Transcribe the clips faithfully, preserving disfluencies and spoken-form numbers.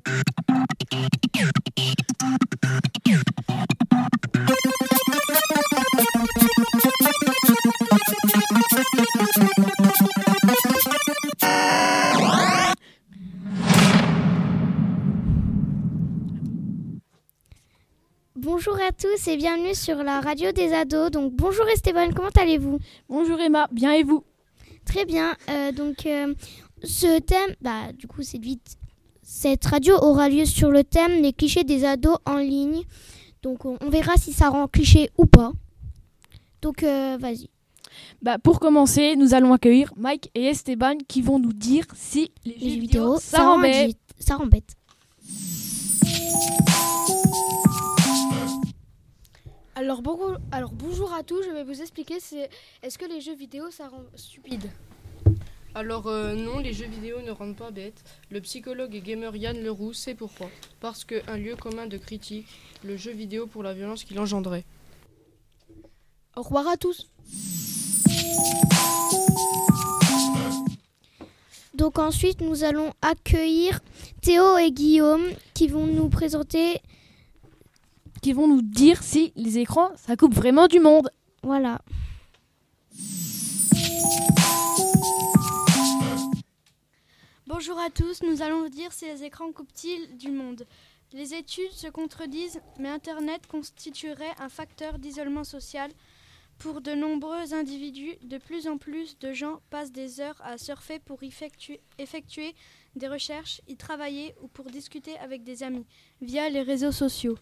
Bonjour à tous et bienvenue sur la radio des ados. Donc bonjour Esteban, comment allez-vous ? Bonjour Emma, bien et vous ? Très bien. Euh, donc euh, ce thème, bah du coup c'est vite. Cette radio aura lieu sur le thème des clichés des ados en ligne. Donc on, on verra si ça rend cliché ou pas. Donc euh, vas-y. Bah pour commencer, nous allons accueillir Mike et Esteban qui vont nous dire si les, Les jeux jeux vidéo, vidéo, ça ça, rend rend bête. di- ça rend bête. Alors, bon, alors bonjour à tous, je vais vous expliquer c'est, est-ce que les jeux vidéo ça rend stupide ? Alors euh, non, les jeux vidéo ne rendent pas bêtes. Le psychologue et gamer Yann Leroux sait pourquoi. Parce qu'un lieu commun de critique, le jeu vidéo pour la violence qu'il engendrait. Au revoir à tous. Donc ensuite nous allons accueillir Théo et Guillaume qui vont nous présenter. Qui vont nous dire si les écrans, ça coupe vraiment du monde. Voilà. Bonjour à tous, nous allons vous dire si les écrans coupent-ils du monde. Les études se contredisent, mais Internet constituerait un facteur d'isolement social pour de nombreux individus. De plus en plus de gens passent des heures à surfer pour effectuer, effectuer des recherches, y travailler ou pour discuter avec des amis via les réseaux sociaux.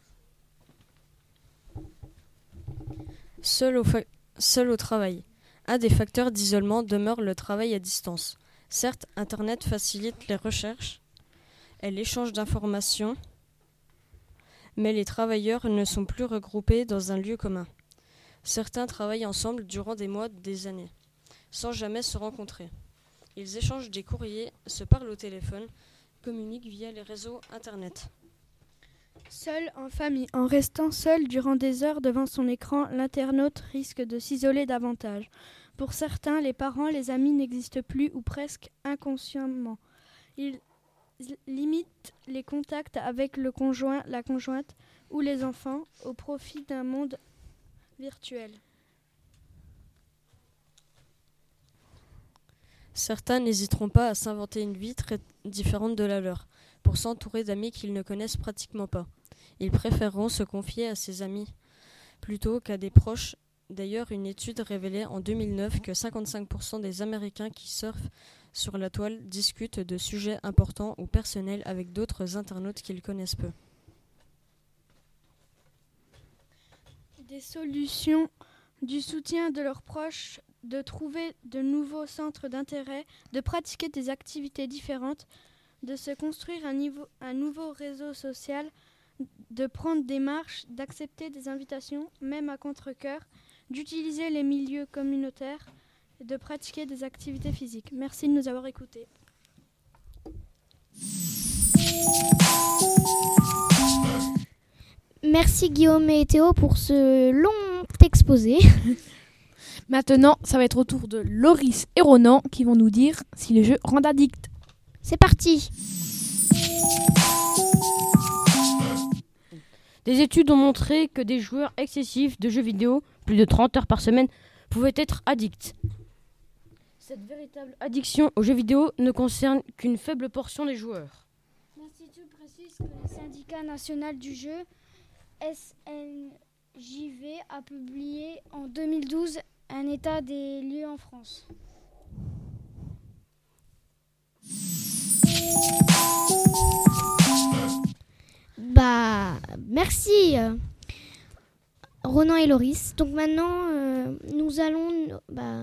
Seul au, fa- seul au travail. Un des facteurs d'isolement demeure le travail à distance. Certes, Internet facilite les recherches et l'échange d'informations, mais les travailleurs ne sont plus regroupés dans un lieu commun. Certains travaillent ensemble durant des mois, des années, sans jamais se rencontrer. Ils échangent des courriers, se parlent au téléphone, communiquent via les réseaux Internet. Seul en famille, en restant seul durant des heures devant son écran, l'internaute risque de s'isoler davantage. Pour certains, les parents, les amis n'existent plus ou presque inconsciemment. Ils limitent les contacts avec le conjoint, la conjointe ou les enfants au profit d'un monde virtuel. Certains n'hésiteront pas à s'inventer une vie très différente de la leur, pour s'entourer d'amis qu'ils ne connaissent pratiquement pas. Ils préféreront se confier à ses amis plutôt qu'à des proches. D'ailleurs, une étude révélait en deux mille neuf que cinquante-cinq pour cent des Américains qui surfent sur la toile discutent de sujets importants ou personnels avec d'autres internautes qu'ils connaissent peu. Des solutions, du soutien de leurs proches, de trouver de nouveaux centres d'intérêt, de pratiquer des activités différentes, de se construire un, niveau, un nouveau réseau social, de prendre des marches, d'accepter des invitations, même à contre-cœur, d'utiliser les milieux communautaires et de pratiquer des activités physiques. Merci de nous avoir écoutés. Merci Guillaume et Théo pour ce long exposé. Maintenant, ça va être au tour de Loris et Ronan qui vont nous dire si les jeux rendent addict. C'est parti. Des études ont montré que des joueurs excessifs de jeux vidéo, plus de trente heures par semaine, pouvaient être addicts. Cette véritable addiction aux jeux vidéo ne concerne qu'une faible portion des joueurs. L'Institut précise que le syndicat national du jeu, S N J V, a publié en deux mille douze un état des lieux en France. Bah, merci euh, Ronan et Loris. Donc maintenant, euh, nous allons... Bah...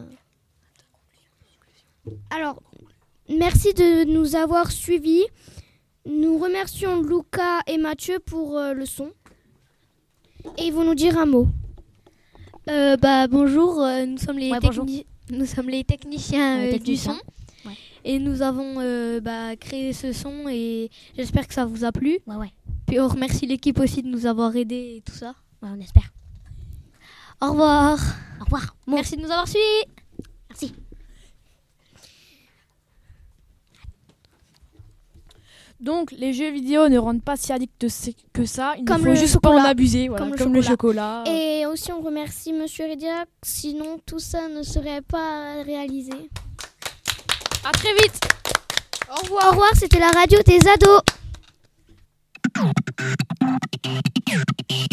Alors, merci de nous avoir suivis. Nous remercions Lucas et Mathieu pour euh, le son. Et ils vont nous dire un mot. Euh, bah, bonjour, euh, nous, sommes les Ouais, techni- nous sommes les techniciens, Ouais, euh, techniciens. du son. Ouais. Et nous avons euh, bah, créé ce son et j'espère que ça vous a plu. Ouais, ouais. Puis on remercie l'équipe aussi de nous avoir aidés et tout ça. Ouais, on espère. Au revoir. Au revoir. Bon. Merci de nous avoir suivis. Merci. Donc, les jeux vidéo ne rendent pas si addicts que ça. Il Comme ne faut le juste chocolat. pas en abuser. Voilà, Comme comme, le le chocolat. Et aussi, on remercie Monsieur Ridiac, sinon tout ça ne serait pas réalisé. À très vite. Au revoir. Au revoir, c'était la radio des ados.